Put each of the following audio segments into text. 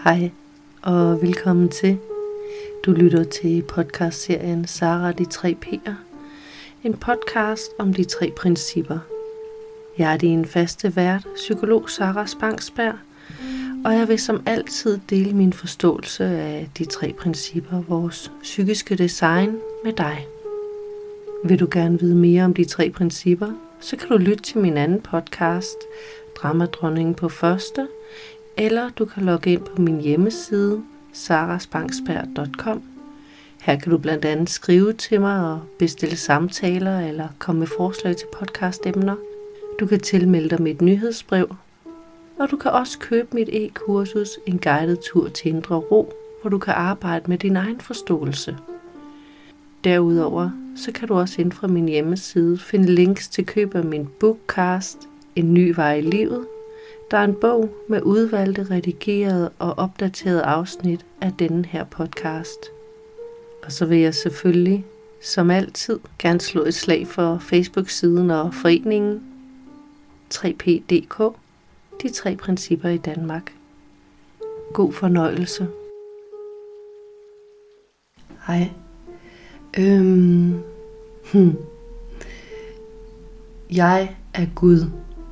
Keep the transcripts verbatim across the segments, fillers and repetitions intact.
Hej og velkommen til. Du lytter til podcastserien Sara de tre P'er. En podcast om de tre principper. Jeg er din faste vært, psykolog Sara Spangsberg, og jeg vil som altid dele min forståelse af de tre principper, vores psykiske design, med dig. Vil du gerne vide mere om de tre principper, så kan du lytte til min anden podcast, Dramadronningen på første, eller du kan logge ind på min hjemmeside, sara spangsberg punktum com. Her kan du blandt andet skrive til mig og bestille samtaler eller komme med forslag til podcastemner. Du kan tilmelde dig mit nyhedsbrev, og du kan også købe mit e-kursus, en guided tur til indre ro, hvor du kan arbejde med din egen forståelse. Derudover så kan du også ind fra min hjemmeside finde links til køb af min bookcast, En ny vej i livet. Der er en bog med udvalgte, redigerede og opdaterede afsnit af denne her podcast. Og så vil jeg selvfølgelig, som altid, gerne slå et slag for Facebook-siden og foreningen tre P punktum d k, de tre principper i Danmark. God fornøjelse. Hej. Øhm. Hmm. Jeg er Gud.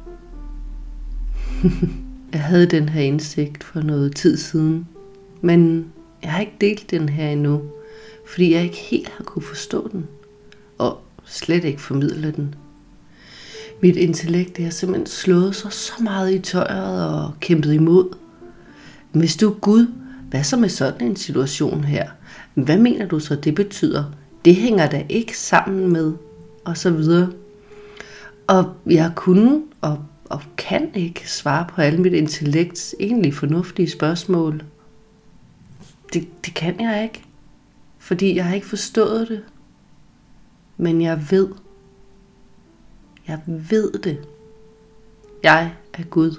Jeg havde den her indsigt for noget tid siden, men jeg har ikke delt den her endnu, fordi jeg ikke helt har kunne forstå den, og slet ikke formidle den. Mit intellekt det har simpelthen slået sig så meget i tøjet og kæmpet imod. Hvis du er Gud, hvad så med sådan en situation her? Hvad mener du så det betyder? Det hænger da ikke sammen med, og så videre. Og jeg kunne og og kan ikke svare på alle mit intellekts egentlig fornuftige spørgsmål. Det, det kan jeg ikke, fordi jeg har ikke forstået det. Men jeg ved. Jeg ved det. Jeg er Gud.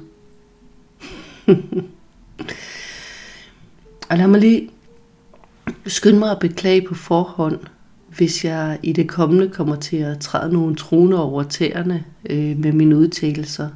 Og lad mig lige skynde mig at beklage på forhånd, hvis jeg i det kommende kommer til at træde nogle troner over tæerne øh, med mine udtalelser.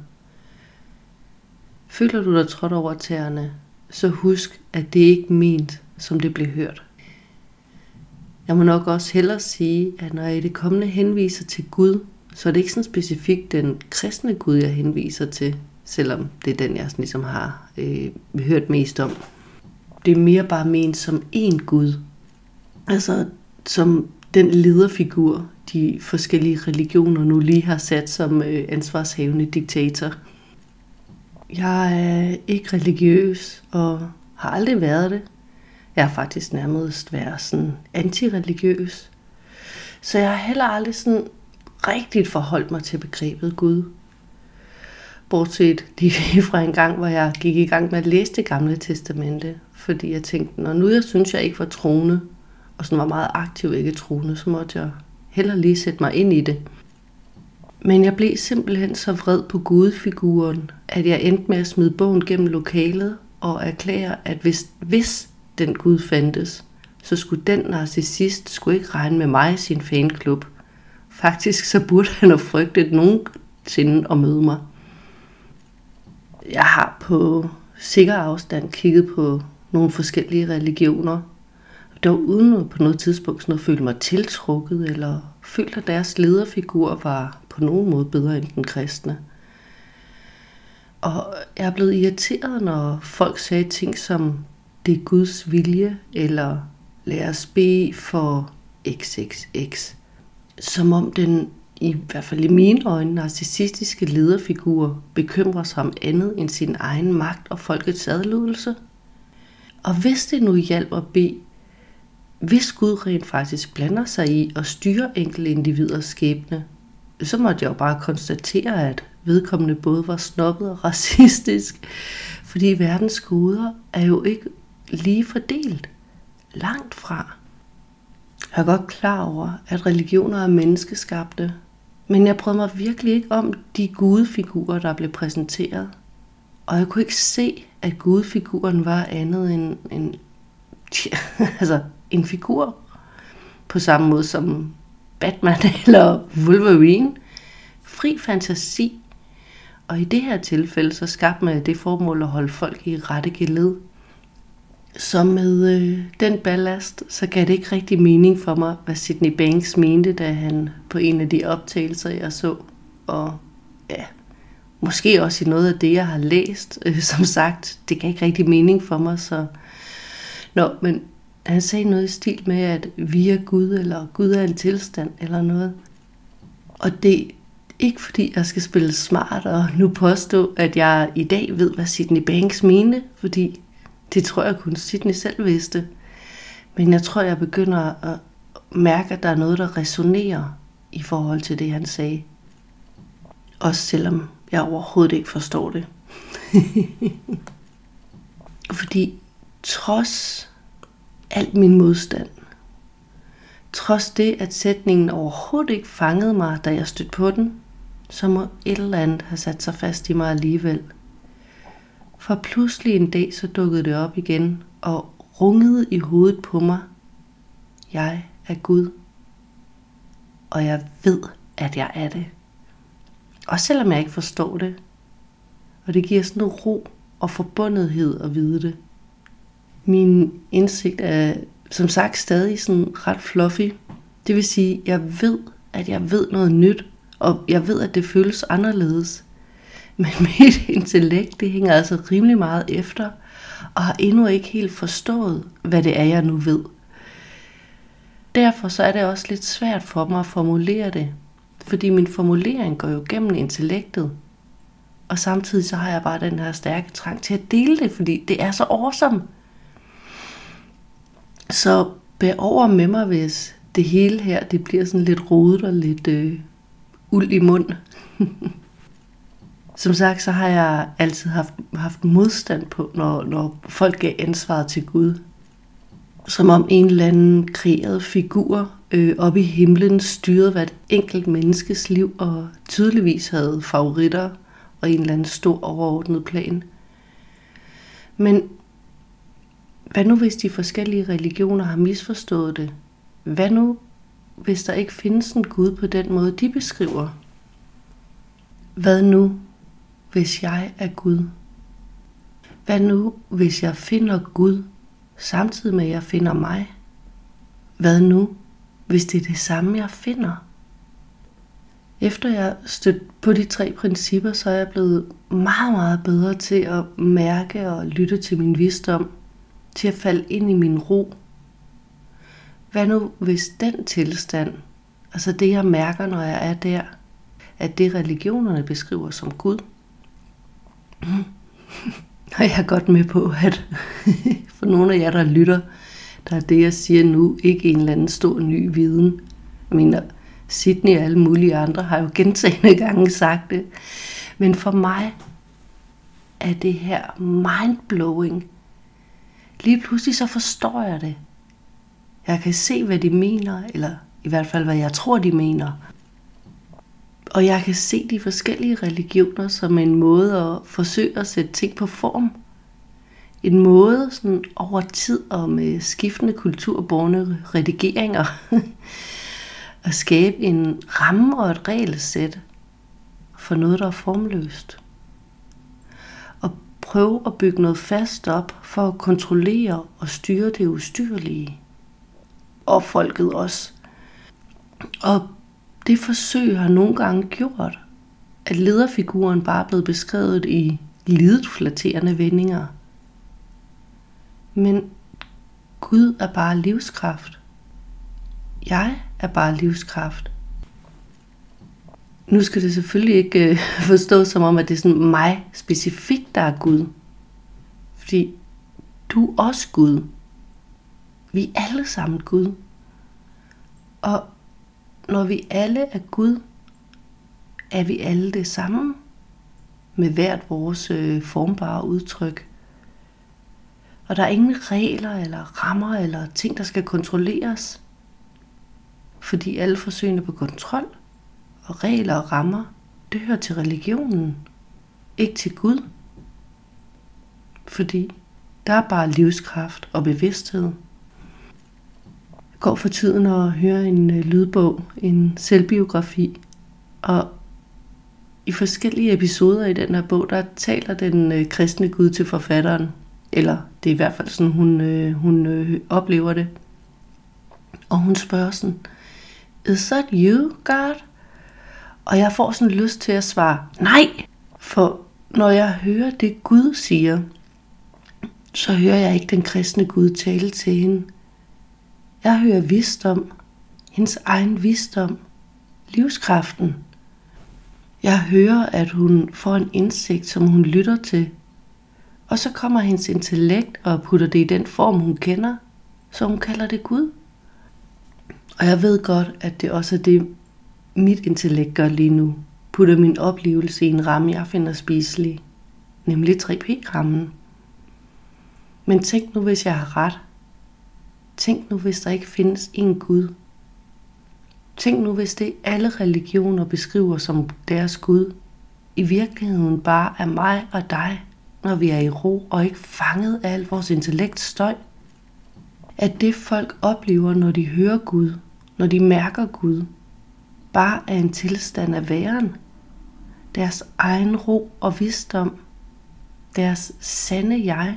Føler du dig trådt over tæerne, så husk, at det ikke er ment, som det blev hørt. Jeg må nok også hellere sige, at når jeg i det kommende henviser til Gud, så er det ikke sådan specifikt den kristne Gud, jeg henviser til, selvom det er den, jeg sådan ligesom har øh, hørt mest om. Det er mere bare ment som én Gud. Altså som den lederfigur, de forskellige religioner nu lige har sat som øh, ansvarshavende diktator. Jeg er ikke religiøs og har aldrig været det. Jeg har faktisk nærmest været sådan antireligiøs. Så jeg har heller aldrig sådan rigtigt forholdt mig til begrebet Gud. Bortset lige fra en gang, hvor jeg gik i gang med at læse Det Gamle Testamente. Fordi jeg tænkte, når nu jeg synes, jeg ikke var troende, og sådan var meget aktiv ikke troende, så måtte jeg hellere lige sætte mig ind i det. Men jeg blev simpelthen så vred på Gudfiguren, at jeg endte med at smide bogen gennem lokalet og erklære, at hvis, hvis den Gud fandtes, så skulle den narcissist skulle ikke regne med mig i sin fanklub. Faktisk så burde han have frygtet nogensinde at møde mig. Jeg har på sikker afstand kigget på nogle forskellige religioner, dog uden på noget tidspunkt sådan at føle mig tiltrukket, eller følte, at deres lederfigur var på nogen måde bedre end den kristne. Og jeg er blevet irriteret, når folk sagde ting som, det er Guds vilje, eller lad os bede for X X X. Som om den, i hvert fald i mine øjne, narcissistiske lederfigur bekymrer sig om andet end sin egen magt og folkets adlydelse. Og hvis det nu hjalp at bede, hvis Gud rent faktisk blander sig i og styrer enkelte individers skæbne, så måtte jeg jo bare konstatere, at vedkommende både var snobbet og racistisk, fordi verdens goder er jo ikke lige fordelt. Langt fra. Jeg er godt klar over, at religioner er menneskeskabte, men jeg brød mig virkelig ikke om de gudefigurer, der blev præsenteret. Og jeg kunne ikke se, at gudefiguren var andet end en, tja, altså en figur. På samme måde som Batman eller Wolverine. Fri fantasi. Og i det her tilfælde, så skabte man det formål at holde folk i rette geled. Så med øh, den ballast, så gav det ikke rigtig mening for mig, hvad Sydney Banks mente, da han på en af de optagelser, jeg så, og ja, måske også i noget af det, jeg har læst, øh, som sagt, det gav ikke rigtig mening for mig, så nå, men han sagde noget i stil med, at vi er Gud, eller Gud er en tilstand, eller noget. Og det er ikke fordi, jeg skal spille smart, og nu påstå, at jeg i dag ved, hvad Sydney Banks mente, fordi det tror jeg kun Sydney selv vidste. Men jeg tror, jeg begynder at mærke, at der er noget, der resonerer i forhold til det, han sagde. Også selvom jeg overhovedet ikke forstår det. Fordi trods alt min modstand, trods det, at sætningen overhovedet ikke fangede mig, da jeg stødte på den, så må et eller andet have sat sig fast i mig alligevel. For pludselig en dag, så dukkede det op igen og rungede i hovedet på mig. Jeg er Gud, og jeg ved, at jeg er det. Også selvom jeg ikke forstår det. Og det giver sådan en ro og forbundethed at vide det. Min indsigt er som sagt stadig sådan ret fluffy. Det vil sige, at jeg ved, at jeg ved noget nyt, og jeg ved, at det føles anderledes. Men mit intellekt, det hænger altså rimelig meget efter, og har endnu ikke helt forstået, hvad det er, jeg nu ved. Derfor så er det også lidt svært for mig at formulere det, fordi min formulering går jo gennem intellektet, og samtidig så har jeg bare den her stærke trang til at dele det, fordi det er så awesome. Så bær over med mig, hvis det hele her, det bliver sådan lidt rodet og lidt øh, uld i mund. Som sagt, så har jeg altid haft, haft modstand på, når, når folk gav ansvaret til Gud. Som om en eller anden kreeret figur øh, oppe i himlen styrede hvert enkelt menneskes liv, og tydeligvis havde favoritter og en eller anden stor overordnet plan. Men hvad nu, hvis de forskellige religioner har misforstået det? Hvad nu, hvis der ikke findes en Gud på den måde, de beskriver? Hvad nu, hvis jeg er Gud? Hvad nu, hvis jeg finder Gud, samtidig med at jeg finder mig? Hvad nu, hvis det er det samme, jeg finder? Efter jeg stødte på de tre principper, så er jeg blevet meget, meget bedre til at mærke og lytte til min visdom, til at falde ind i min ro. Hvad nu, hvis den tilstand, altså det jeg mærker, når jeg er der, at det religionerne beskriver som Gud? Og jeg er godt med på, at for nogle af jer, der lytter, der er det, jeg siger nu, ikke en eller anden stor ny viden. Jeg mener, Sydney og alle mulige andre har jo gentagne gange sagt det. Men for mig er det her mindblowing. Lige pludselig så forstår jeg det. Jeg kan se, hvad de mener, eller i hvert fald, hvad jeg tror, de mener. Og jeg kan se de forskellige religioner som en måde at forsøge at sætte ting på form. En måde sådan over tid og med skiftende kulturbårne redigeringer at skabe en ramme og et regelsæt for noget, der er formløst. Og prøve at bygge noget fast op for at kontrollere og styre det ustyrlige. Og folket også. Og det forsøg har nogle gange gjort, at lederfiguren bare er blevet beskrevet i lidet flatterende vendinger. Men Gud er bare livskraft. Jeg er bare livskraft. Nu skal det selvfølgelig ikke forstås som om, at det er sådan mig specifikt, der er Gud. Fordi du er også Gud. Vi er alle sammen Gud. Og når vi alle er Gud, er vi alle det samme med hvert vores øh, formbare udtryk. Og der er ingen regler eller rammer eller ting, der skal kontrolleres. Fordi alle forsøgene på kontrol og regler og rammer, det hører til religionen, ikke til Gud. Fordi der er bare livskraft og bevidsthed. Jeg går for tiden og hører en lydbog, en selvbiografi, og i forskellige episoder i den her bog, der taler den kristne Gud til forfatteren. Eller det er i hvert fald sådan, hun, øh, hun øh, oplever det. Og hun spørger sådan, is that you, God? Og jeg får sådan lyst til at svare, nej! For når jeg hører det Gud siger, så hører jeg ikke den kristne Gud tale til hende. Jeg hører visdom, hendes egen visdom, livskraften. Jeg hører, at hun får en indsigt, som hun lytter til. Og så kommer hendes intellekt og putter det i den form, hun kender, så hun kalder det Gud. Og jeg ved godt, at det også er det, mit intellekt gør lige nu. Putter min oplevelse i en ramme, jeg finder spiselig. Nemlig tre P-rammen. Men tænk nu, hvis jeg har ret. Tænk nu, hvis der ikke findes en Gud. Tænk nu, hvis det alle religioner beskriver som deres Gud, i virkeligheden bare er mig og dig, når vi er i ro og ikke fanget af al vores intellekts støj. At det folk oplever, når de hører Gud, når de mærker Gud, bare er en tilstand af væren. Deres egen ro og visdom. Deres sande jeg.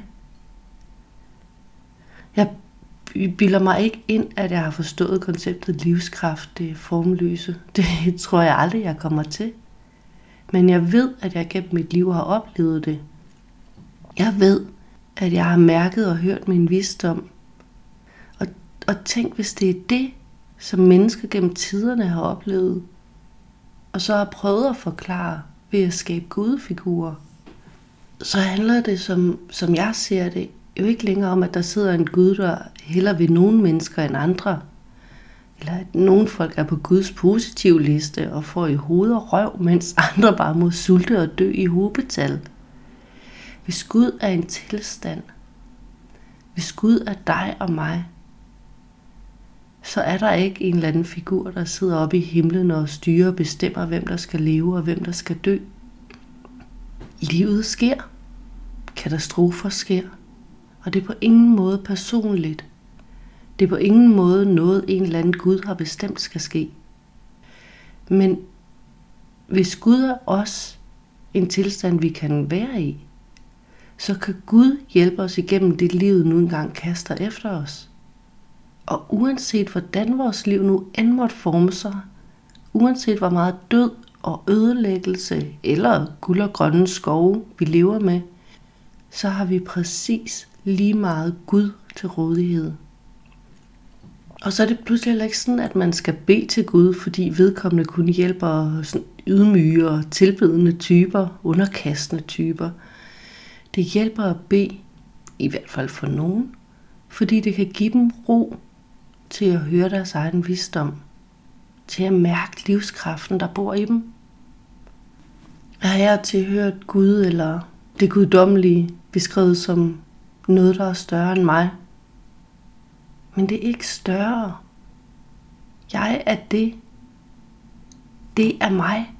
Jeg bilder mig ikke ind, at jeg har forstået konceptet livskraft, det formløse. Det tror jeg aldrig, jeg kommer til. Men jeg ved, at jeg gennem mit liv har oplevet det. Jeg ved, at jeg har mærket og hørt min visdom. Og, og tænk, hvis det er det, som mennesker gennem tiderne har oplevet, og så har prøvet at forklare ved at skabe gudefigurer, så handler det, som, som jeg ser det, jo ikke længere om, at der sidder en Gud, der hellere ved nogle mennesker end andre. Eller at nogle folk er på Guds positive liste og får i hoved og røv, mens andre bare må sulte og dø i hobetal. Hvis Gud er en tilstand, hvis Gud er dig og mig, så er der ikke en eller anden figur, der sidder oppe i himlen og styrer og bestemmer, hvem der skal leve og hvem der skal dø. Livet sker. Katastrofer sker. Og det er på ingen måde personligt. Det er på ingen måde noget, en eller anden Gud har bestemt skal ske. Men hvis Gud er os en tilstand, vi kan være i, så kan Gud hjælpe os igennem det, livet nu engang kaster efter os. Og uanset hvordan vores liv nu end måtte forme sig, uanset hvor meget død og ødelæggelse eller guld og grønne skove vi lever med, så har vi præcis lige meget Gud til rådighed. Og så er det pludselig heller ikke sådan, at man skal bede til Gud, fordi vedkommende kun hjælper sådan ydmyge og tilbedende typer, underkastende typer. Det hjælper at bede, i hvert fald for nogen, fordi det kan give dem ro til at høre deres egen visdom, til at mærke livskraften, der bor i dem. Jeg har her til hørt Gud eller det guddommelige beskrevet som noget, der er større end mig. Men det er ikke større. Jeg er det. Det er mig.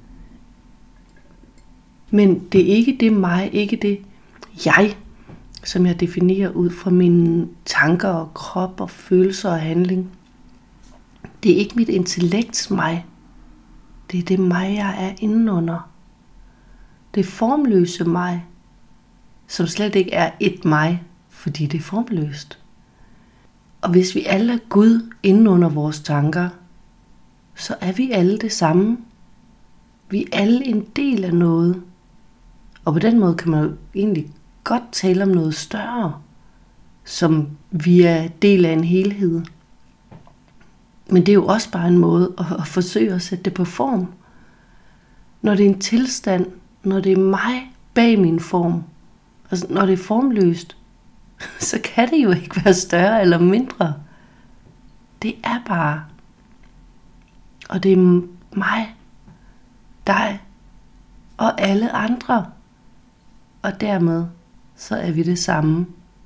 Men det er ikke det mig, ikke det jeg, som jeg definerer ud fra mine tanker og krop og følelser og handling. Det er ikke mit intellekts mig. Det er det mig, jeg er indenunder. Det er formløse mig, som slet ikke er et mig, fordi det er formløst. Og hvis vi alle er Gud indenunder vores tanker, så er vi alle det samme. Vi er alle en del af noget. Og på den måde kan man jo egentlig godt tale om noget større, som vi er del af en helhed. Men det er jo også bare en måde at, at forsøge at sætte det på form. Når det er en tilstand, når det er mig bag min form, altså når det er formløst, så kan det jo ikke være større eller mindre. Det er bare. Og det er mig, dig og alle andre. Og dermed så er vi det samme.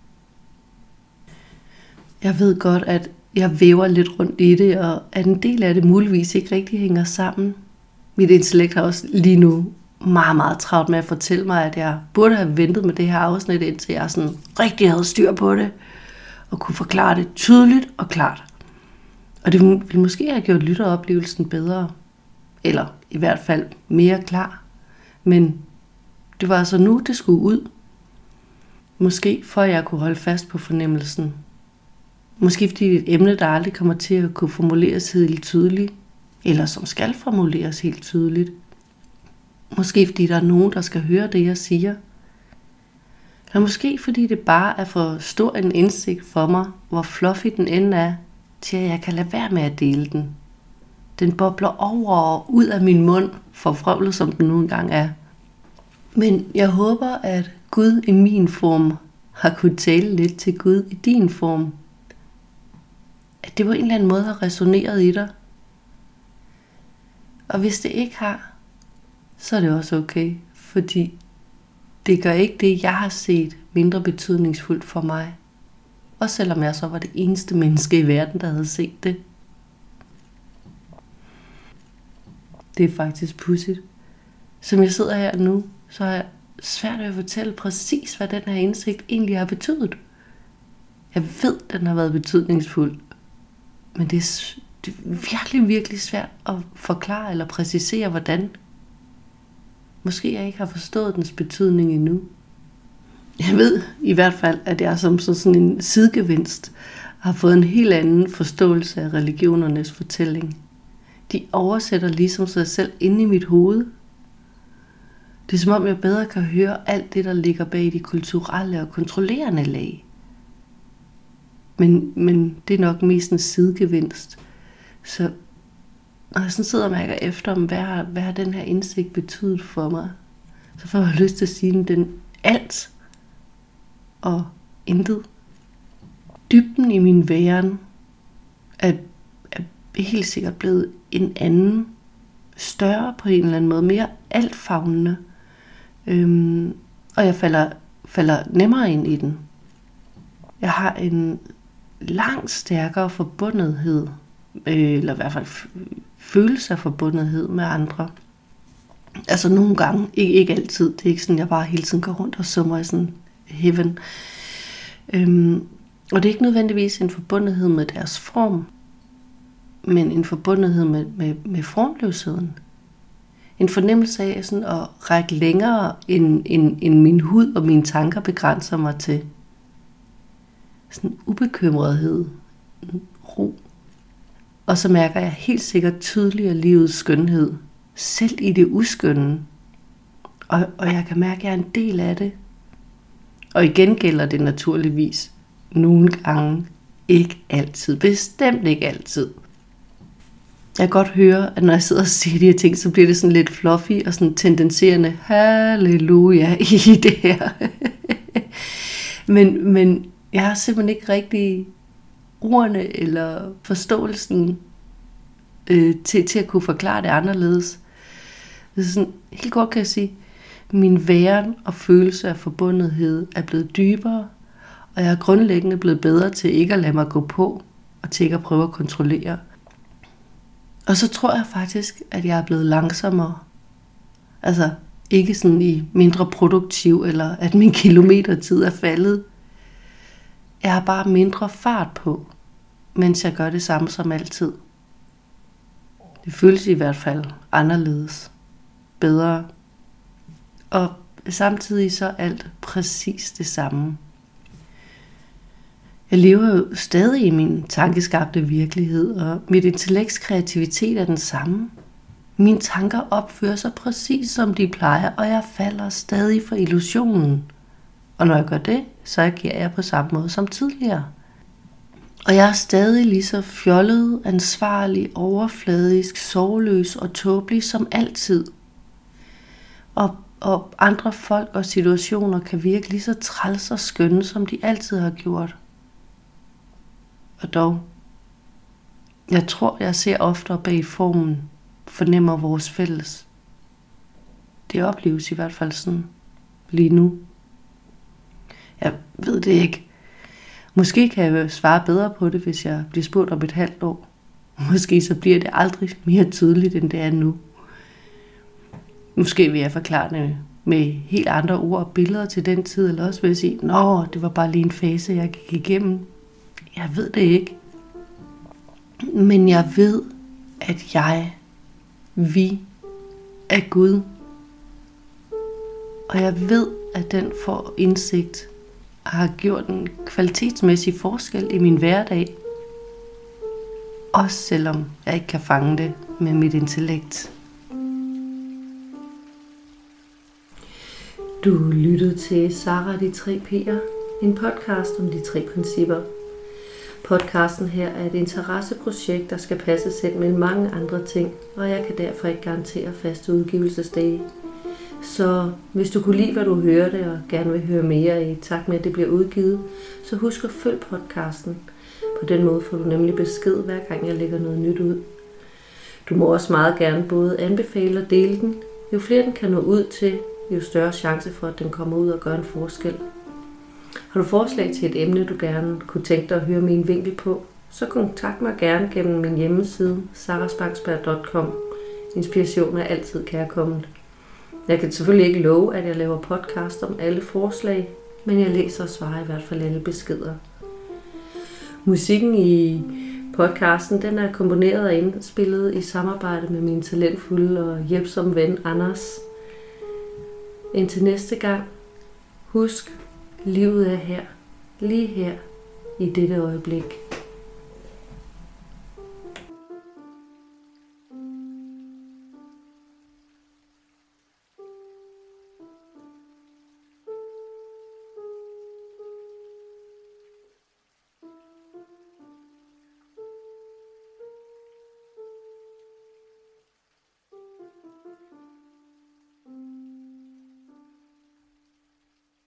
Jeg ved godt, at jeg væver lidt rundt i det, og at en del af det muligvis ikke rigtig hænger sammen. Mit intellekt har også lige nu meget, meget travlt med at fortælle mig, at jeg burde have ventet med det her afsnit, indtil jeg sådan rigtig havde styr på det, og kunne forklare det tydeligt og klart. Og det ville måske have gjort lytteroplevelsen bedre, eller i hvert fald mere klar. Men det var altså nu, det skulle ud. Måske for at jeg kunne holde fast på fornemmelsen. Måske fordi det er et emne, der aldrig kommer til at kunne formuleres helt tydeligt. Eller som skal formuleres helt tydeligt. Måske fordi der er nogen, der skal høre det, jeg siger. Eller måske fordi det bare er for stor en indsigt for mig, hvor fluffy den end er, til at jeg kan lade være med at dele den. Den bobler over og ud af min mund, forvrøvlet som den nu engang er. Men jeg håber, at Gud i min form har kunnet tale lidt til Gud i din form. At det på en eller anden måde har resoneret i dig. Og hvis det ikke har, så er det også okay, fordi det gør ikke det, jeg har set, mindre betydningsfuldt for mig. Også selvom jeg så var det eneste menneske i verden, der havde set det. Det er faktisk pudsigt. Som jeg sidder her nu, så er jeg svært at fortælle præcis, hvad den her indsigt egentlig har betydet. Jeg ved, den har været betydningsfuld. Men det er, det er virkelig, virkelig svært at forklare eller præcisere, hvordan. Måske jeg ikke har forstået dens betydning endnu. Jeg ved i hvert fald, at jeg som sådan en sidegevinst har fået en helt anden forståelse af religionernes fortælling. De oversætter ligesom sig selv inde i mit hoved. Det er som om jeg bedre kan høre alt det, der ligger bag de kulturelle og kontrollerende lag. Men, men det er nok mest en sidegevinst. Så når jeg sådan sidder og mærker efter, om hvad har, hvad har den her indsigt betydet for mig, så får jeg lyst til at sige, at den alt og intet. Dybden i min væren er, er helt sikkert blevet en anden, større på en eller anden måde, mere altfavnende. Øhm, og jeg falder, falder nemmere ind i den. Jeg har en langt stærkere forbundethed, øh, eller i hvert fald f- følelse af forbundethed med andre. Altså nogle gange, ikke, ikke altid. Det er ikke sådan, jeg bare hele tiden går rundt og summer i sådan heaven. Øhm, og det er ikke nødvendigvis en forbundethed med deres form, men en forbundethed med, med, med formløsheden. En fornemmelse af sådan at række længere, end, end, end min hud og mine tanker begrænser mig til. Sådan ubekymrethed, ro. Og så mærker jeg helt sikkert tydeligere livets skønhed, selv i det uskønne. Og, og jeg kan mærke, at jeg er en del af det. Og igen gælder det naturligvis nogle gange, ikke altid, bestemt ikke altid. Jeg kan godt høre, at når jeg sidder og siger de her ting, så bliver det sådan lidt fluffy og sådan tendenserende halleluja i det her. men, men jeg har simpelthen ikke rigtig ordene eller forståelsen øh, til, til at kunne forklare det anderledes. Det er sådan, helt godt kan jeg sige, min væren og følelse af forbundethed er blevet dybere, og jeg er grundlæggende blevet bedre til ikke at lade mig gå på, og til ikke at prøve at kontrollere. Og så tror jeg faktisk, at jeg er blevet langsommere. Altså ikke sådan i mindre produktiv, eller at min kilometertid er faldet. Jeg har bare mindre fart på, mens jeg gør det samme som altid. Det føles i hvert fald anderledes, bedre. Og samtidig så alt præcis det samme. Jeg lever jo stadig i min tankeskabte virkelighed, og mit intellekts kreativitet er den samme. Mine tanker opfører sig præcis som de plejer, og jeg falder stadig for illusionen. Og når jeg gør det, så agerer jeg på samme måde som tidligere. Og jeg er stadig lige så fjollet, ansvarlig, overfladisk, sorgløs og tåbelig som altid. Og, og andre folk og situationer kan virke lige så træls og skønne, som de altid har gjort. Og dog, jeg tror, jeg ser oftere bag formen, fornemmer vores fælles. Det opleves i hvert fald sådan lige nu. Jeg ved det ikke. Måske kan jeg svare bedre på det, hvis jeg bliver spurgt om et halvt år. Måske så bliver det aldrig mere tydeligt, end det er nu. Måske vil jeg forklare det med helt andre ord og billeder til den tid, eller også vil jeg sige, nå, det var bare lige en fase, jeg gik igennem. Jeg ved det ikke. Men jeg ved, at jeg, vi, er Gud. Og jeg ved, at den får indsigt har gjort en kvalitetsmæssig forskel i min hverdag. Også selvom jeg ikke kan fange det med mit intellekt. Du lyttede til Sara og de tre P'er, en podcast om de tre principper. Podcasten her er et interesseprojekt, der skal passes ind med mange andre ting, og jeg kan derfor ikke garantere faste udgivelsesdage. Så hvis du kunne lide, hvad du hørte, og gerne vil høre mere i takt med, at det bliver udgivet, så husk at følge podcasten. På den måde får du nemlig besked, hver gang jeg lægger noget nyt ud. Du må også meget gerne både anbefale og dele den. Jo flere den kan nå ud til, jo større chance for, at den kommer ud og gør en forskel. Har du forslag til et emne, du gerne kunne tænke dig at høre min vinkel på, så kontakt mig gerne gennem min hjemmeside sara spangsberg punktum com. Inspiration er altid kærkommen. Jeg kan selvfølgelig ikke love, at jeg laver podcast om alle forslag, men jeg læser og svarer i hvert fald alle beskeder. Musikken i podcasten den er komponeret og indspillet i samarbejde med min talentfulde og hjælpsomme ven Anders. Indtil næste gang, husk, livet er her, lige her, i dette øjeblik.